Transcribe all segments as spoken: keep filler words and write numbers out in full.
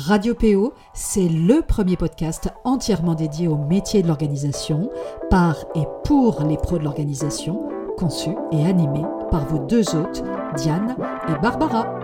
Radio P O, c'est le premier podcast entièrement dédié au métier de l'organisation, par et pour les pros de l'organisation, conçu et animé par vos deux hôtes, Diane et Barbara.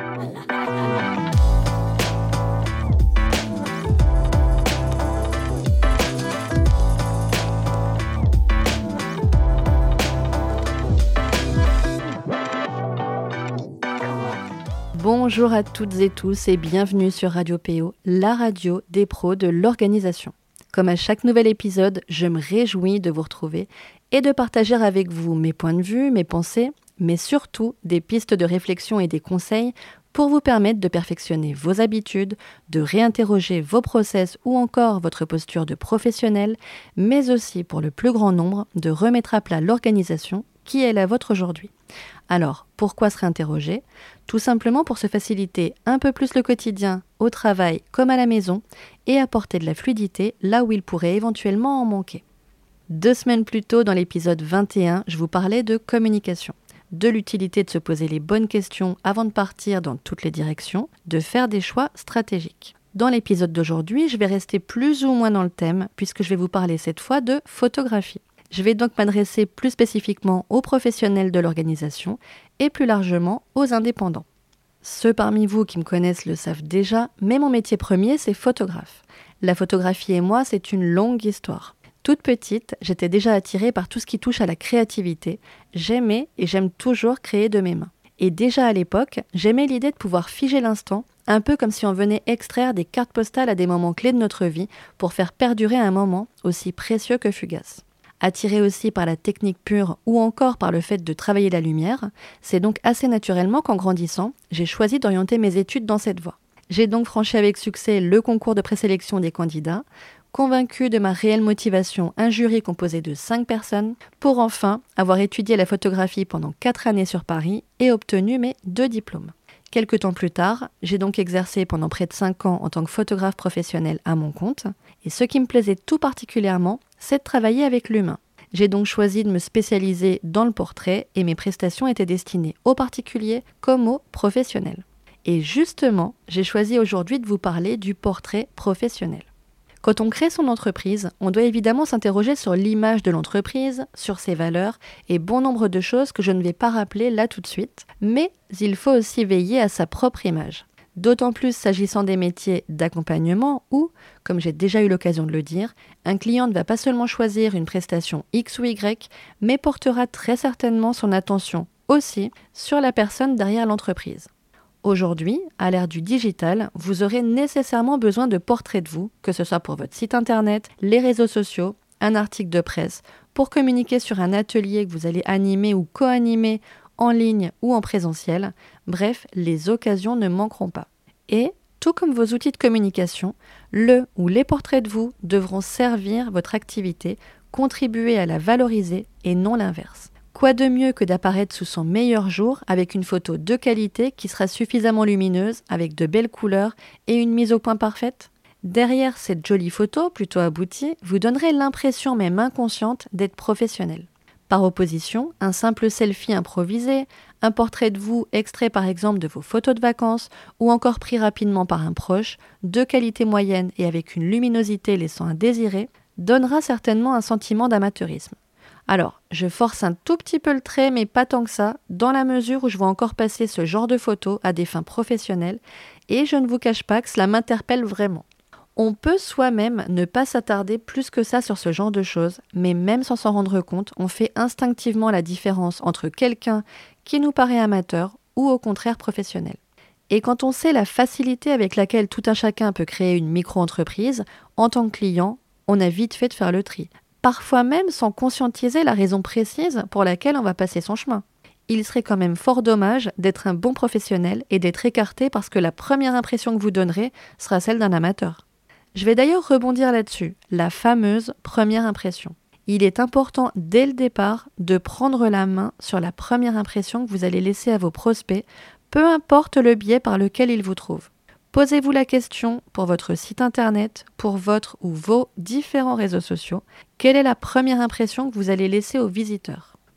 Bonjour à toutes et tous et bienvenue sur Radio P O, la radio des pros de l'organisation. Comme à chaque nouvel épisode, je me réjouis de vous retrouver et de partager avec vous mes points de vue, mes pensées, mais surtout des pistes de réflexion et des conseils pour vous permettre de perfectionner vos habitudes, de réinterroger vos process ou encore votre posture de professionnel, mais aussi pour le plus grand nombre de remettre à plat l'organisation qui est la vôtre aujourd'hui. Alors, pourquoi se réinterroger ? Tout simplement pour se faciliter un peu plus le quotidien, au travail comme à la maison, et apporter de la fluidité là où il pourrait éventuellement en manquer. Deux semaines plus tôt, dans l'épisode vingt et un, je vous parlais de communication, de l'utilité de se poser les bonnes questions avant de partir dans toutes les directions, de faire des choix stratégiques. Dans l'épisode d'aujourd'hui, je vais rester plus ou moins dans le thème, puisque je vais vous parler cette fois de photographie. Je vais donc m'adresser plus spécifiquement aux professionnels de l'organisation et plus largement aux indépendants. Ceux parmi vous qui me connaissent le savent déjà, mais mon métier premier, c'est photographe. La photographie et moi, c'est une longue histoire. Toute petite, j'étais déjà attirée par tout ce qui touche à la créativité. J'aimais et j'aime toujours créer de mes mains. Et déjà à l'époque, j'aimais l'idée de pouvoir figer l'instant, un peu comme si on venait extraire des cartes postales à des moments clés de notre vie pour faire perdurer un moment aussi précieux que fugace. Attirée aussi par la technique pure ou encore par le fait de travailler la lumière, c'est donc assez naturellement qu'en grandissant, j'ai choisi d'orienter mes études dans cette voie. J'ai donc franchi avec succès le concours de présélection des candidats, convaincue de ma réelle motivation un jury composé de cinq personnes, pour enfin avoir étudié la photographie pendant quatre années sur Paris et obtenu mes deux diplômes. Quelques temps plus tard, j'ai donc exercé pendant près de cinq ans en tant que photographe professionnel à mon compte. Et ce qui me plaisait tout particulièrement, c'est de travailler avec l'humain. J'ai donc choisi de me spécialiser dans le portrait et mes prestations étaient destinées aux particuliers comme aux professionnels. Et justement, j'ai choisi aujourd'hui de vous parler du portrait professionnel. Quand on crée son entreprise, on doit évidemment s'interroger sur l'image de l'entreprise, sur ses valeurs et bon nombre de choses que je ne vais pas rappeler là tout de suite, mais il faut aussi veiller à sa propre image. D'autant plus s'agissant des métiers d'accompagnement où, comme j'ai déjà eu l'occasion de le dire, un client ne va pas seulement choisir une prestation X ou Y, mais portera très certainement son attention aussi sur la personne derrière l'entreprise. Aujourd'hui, à l'ère du digital, vous aurez nécessairement besoin de portraits de vous, que ce soit pour votre site internet, les réseaux sociaux, un article de presse, pour communiquer sur un atelier que vous allez animer ou co-animer en ligne ou en présentiel. Bref, les occasions ne manqueront pas. Et, tout comme vos outils de communication, le ou les portraits de vous devront servir votre activité, contribuer à la valoriser et non l'inverse. Quoi de mieux que d'apparaître sous son meilleur jour avec une photo de qualité qui sera suffisamment lumineuse, avec de belles couleurs et une mise au point parfaite ? Derrière cette jolie photo, plutôt aboutie, vous donnerez l'impression même inconsciente d'être professionnel. Par opposition, un simple selfie improvisé, un portrait de vous extrait par exemple de vos photos de vacances ou encore pris rapidement par un proche, de qualité moyenne et avec une luminosité laissant à désirer, donnera certainement un sentiment d'amateurisme. Alors, je force un tout petit peu le trait, mais pas tant que ça, dans la mesure où je vois encore passer ce genre de photos à des fins professionnelles, et je ne vous cache pas que cela m'interpelle vraiment. On peut soi-même ne pas s'attarder plus que ça sur ce genre de choses, mais même sans s'en rendre compte, on fait instinctivement la différence entre quelqu'un qui nous paraît amateur ou au contraire professionnel. Et quand on sait la facilité avec laquelle tout un chacun peut créer une micro-entreprise, en tant que client, on a vite fait de faire le tri. Parfois même sans conscientiser la raison précise pour laquelle on va passer son chemin. Il serait quand même fort dommage d'être un bon professionnel et d'être écarté parce que la première impression que vous donnerez sera celle d'un amateur. Je vais d'ailleurs rebondir là-dessus, la fameuse première impression. Il est important dès le départ de prendre la main sur la première impression que vous allez laisser à vos prospects, peu importe le biais par lequel ils vous trouvent. Posez-vous la question pour votre site internet, pour votre ou vos différents réseaux sociaux, quelle est la première impression que vous allez laisser aux visiteurs ?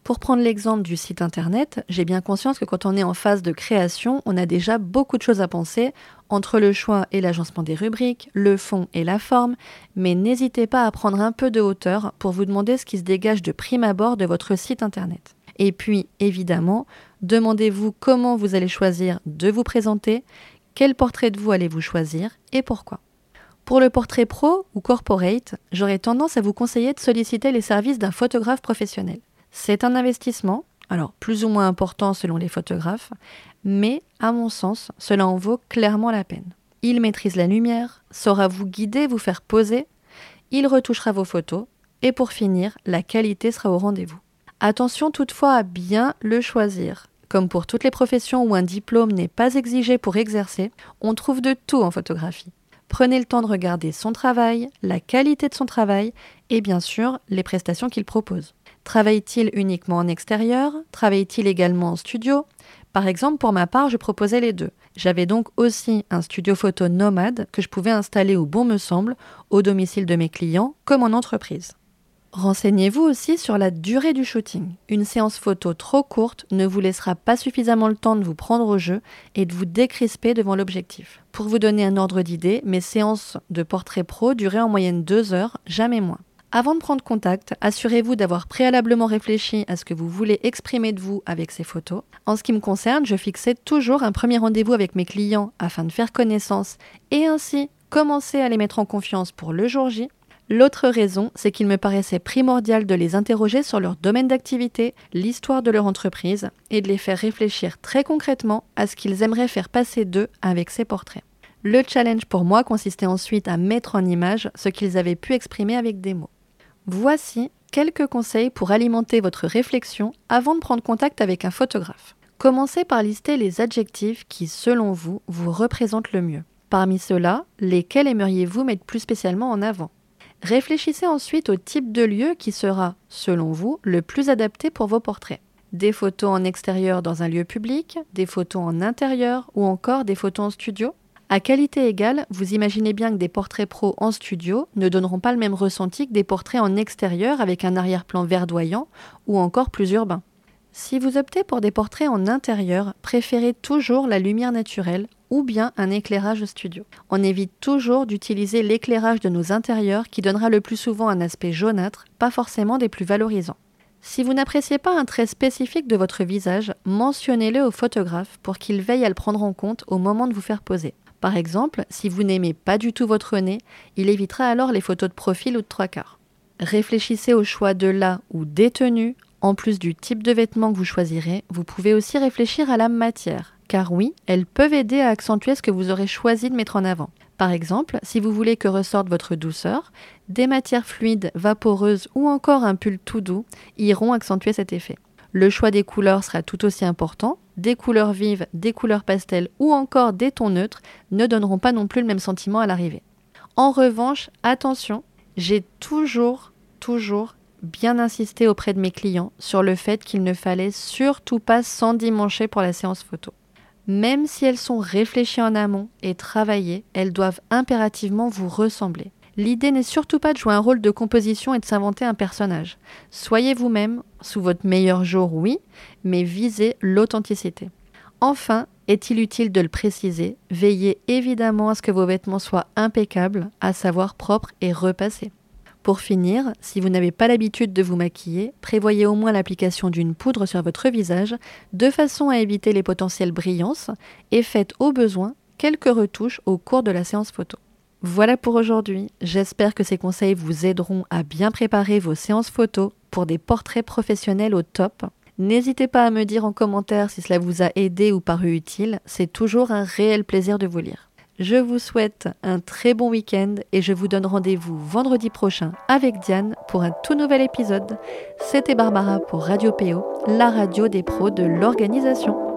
Pour prendre l'exemple du site internet, j'ai bien conscience que quand on est en phase de création, on a déjà beaucoup de choses à penser entre le choix et l'agencement des rubriques, le fond et la forme, mais n'hésitez pas à prendre un peu de hauteur pour vous demander ce qui se dégage de prime abord de votre site internet. Et puis, évidemment, demandez-vous comment vous allez choisir de vous présenter, quel portrait de vous allez-vous choisir et pourquoi. Pour le portrait pro ou corporate, j'aurais tendance à vous conseiller de solliciter les services d'un photographe professionnel. C'est un investissement, alors plus ou moins important selon les photographes, mais à mon sens, cela en vaut clairement la peine. Il maîtrise la lumière, saura vous guider, vous faire poser, il retouchera vos photos, et pour finir, la qualité sera au rendez-vous. Attention toutefois à bien le choisir. Comme pour toutes les professions où un diplôme n'est pas exigé pour exercer, on trouve de tout en photographie. Prenez le temps de regarder son travail, la qualité de son travail et bien sûr les prestations qu'il propose. Travaille-t-il uniquement en extérieur? Travaille-t-il également en studio? Par exemple, pour ma part, je proposais les deux. J'avais donc aussi un studio photo nomade que je pouvais installer où bon me semble, au domicile de mes clients comme en entreprise. Renseignez-vous aussi sur la durée du shooting. Une séance photo trop courte ne vous laissera pas suffisamment le temps de vous prendre au jeu et de vous décrisper devant l'objectif. Pour vous donner un ordre d'idée, mes séances de portrait pro duraient en moyenne deux heures, jamais moins. Avant de prendre contact, assurez-vous d'avoir préalablement réfléchi à ce que vous voulez exprimer de vous avec ces photos. En ce qui me concerne, je fixais toujours un premier rendez-vous avec mes clients afin de faire connaissance et ainsi commencer à les mettre en confiance pour le jour J. L'autre raison, c'est qu'il me paraissait primordial de les interroger sur leur domaine d'activité, l'histoire de leur entreprise et de les faire réfléchir très concrètement à ce qu'ils aimeraient faire passer d'eux avec ces portraits. Le challenge pour moi consistait ensuite à mettre en image ce qu'ils avaient pu exprimer avec des mots. Voici quelques conseils pour alimenter votre réflexion avant de prendre contact avec un photographe. Commencez par lister les adjectifs qui, selon vous, vous représentent le mieux. Parmi ceux-là, lesquels aimeriez-vous mettre plus spécialement en avant? Réfléchissez ensuite au type de lieu qui sera, selon vous, le plus adapté pour vos portraits. Des photos en extérieur dans un lieu public, des photos en intérieur ou encore des photos en studio. À qualité égale, vous imaginez bien que des portraits pro en studio ne donneront pas le même ressenti que des portraits en extérieur avec un arrière-plan verdoyant ou encore plus urbain. Si vous optez pour des portraits en intérieur, préférez toujours la lumière naturelle ou bien un éclairage studio. On évite toujours d'utiliser l'éclairage de nos intérieurs qui donnera le plus souvent un aspect jaunâtre, pas forcément des plus valorisants. Si vous n'appréciez pas un trait spécifique de votre visage, mentionnez-le au photographe pour qu'il veille à le prendre en compte au moment de vous faire poser. Par exemple, si vous n'aimez pas du tout votre nez, il évitera alors les photos de profil ou de trois quarts. Réfléchissez au choix de la ou des tenues. En plus du type de vêtements que vous choisirez, vous pouvez aussi réfléchir à la matière. Car oui, elles peuvent aider à accentuer ce que vous aurez choisi de mettre en avant. Par exemple, si vous voulez que ressorte votre douceur, des matières fluides, vaporeuses ou encore un pull tout doux iront accentuer cet effet. Le choix des couleurs sera tout aussi important. Des couleurs vives, des couleurs pastel ou encore des tons neutres ne donneront pas non plus le même sentiment à l'arrivée. En revanche, attention, j'ai toujours, toujours bien insisté auprès de mes clients sur le fait qu'il ne fallait surtout pas s'endimancher pour la séance photo. Même si elles sont réfléchies en amont et travaillées, elles doivent impérativement vous ressembler. L'idée n'est surtout pas de jouer un rôle de composition et de s'inventer un personnage. Soyez vous-même, sous votre meilleur jour, oui, mais visez l'authenticité. Enfin, est-il utile de le préciser, veillez évidemment à ce que vos vêtements soient impeccables, à savoir propres et repassés. Pour finir, si vous n'avez pas l'habitude de vous maquiller, prévoyez au moins l'application d'une poudre sur votre visage, de façon à éviter les potentielles brillances, et faites au besoin quelques retouches au cours de la séance photo. Voilà pour aujourd'hui, j'espère que ces conseils vous aideront à bien préparer vos séances photos pour des portraits professionnels au top. N'hésitez pas à me dire en commentaire si cela vous a aidé ou paru utile, c'est toujours un réel plaisir de vous lire. Je vous souhaite un très bon week-end et je vous donne rendez-vous vendredi prochain avec Diane pour un tout nouvel épisode. C'était Barbara pour Radio P O, la radio des pros de l'organisation.